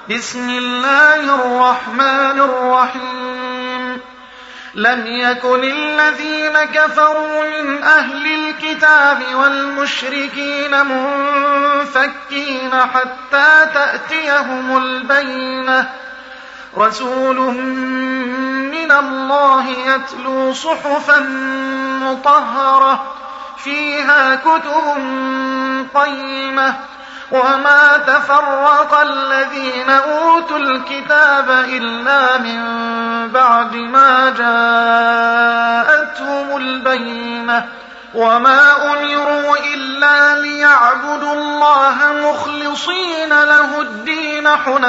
بسم الله الرحمن الرحيم لم يكن الذين كفروا من أهل الكتاب والمشركين منفكين حتى تأتيهم البينة رسول من الله يتلو صحفا مطهرة فيها كتب قيمة وما تفرق الذين أوتوا الكتاب إلا من بعد ما جاءتهم البينة وما أمروا إلا ليعبدوا الله مخلصين له الدين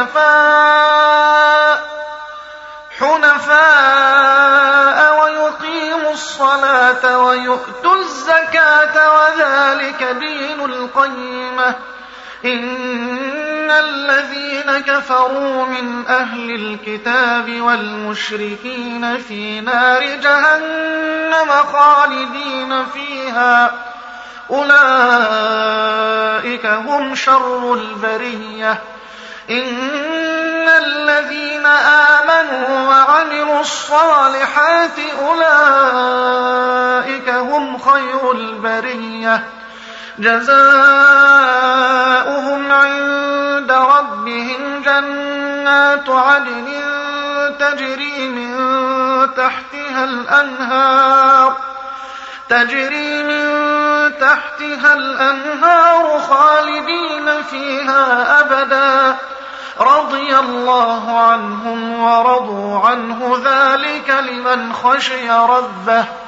حنفاء ويقيموا الصلاة ويؤتوا الزكاة وذلك دين القيمة إن الذين كفروا من أهل الكتاب والمشركين في نار جهنم خالدين فيها أولئك هم شر البرية إن الذين آمنوا وعملوا الصالحات أولئك هم خير البرية جزاؤهم عند ربهم جنات عدن تجري من تحتها الأنهار خالدين فيها أبدا رضي الله عنهم ورضوا عنه ذلك لمن خشي ربه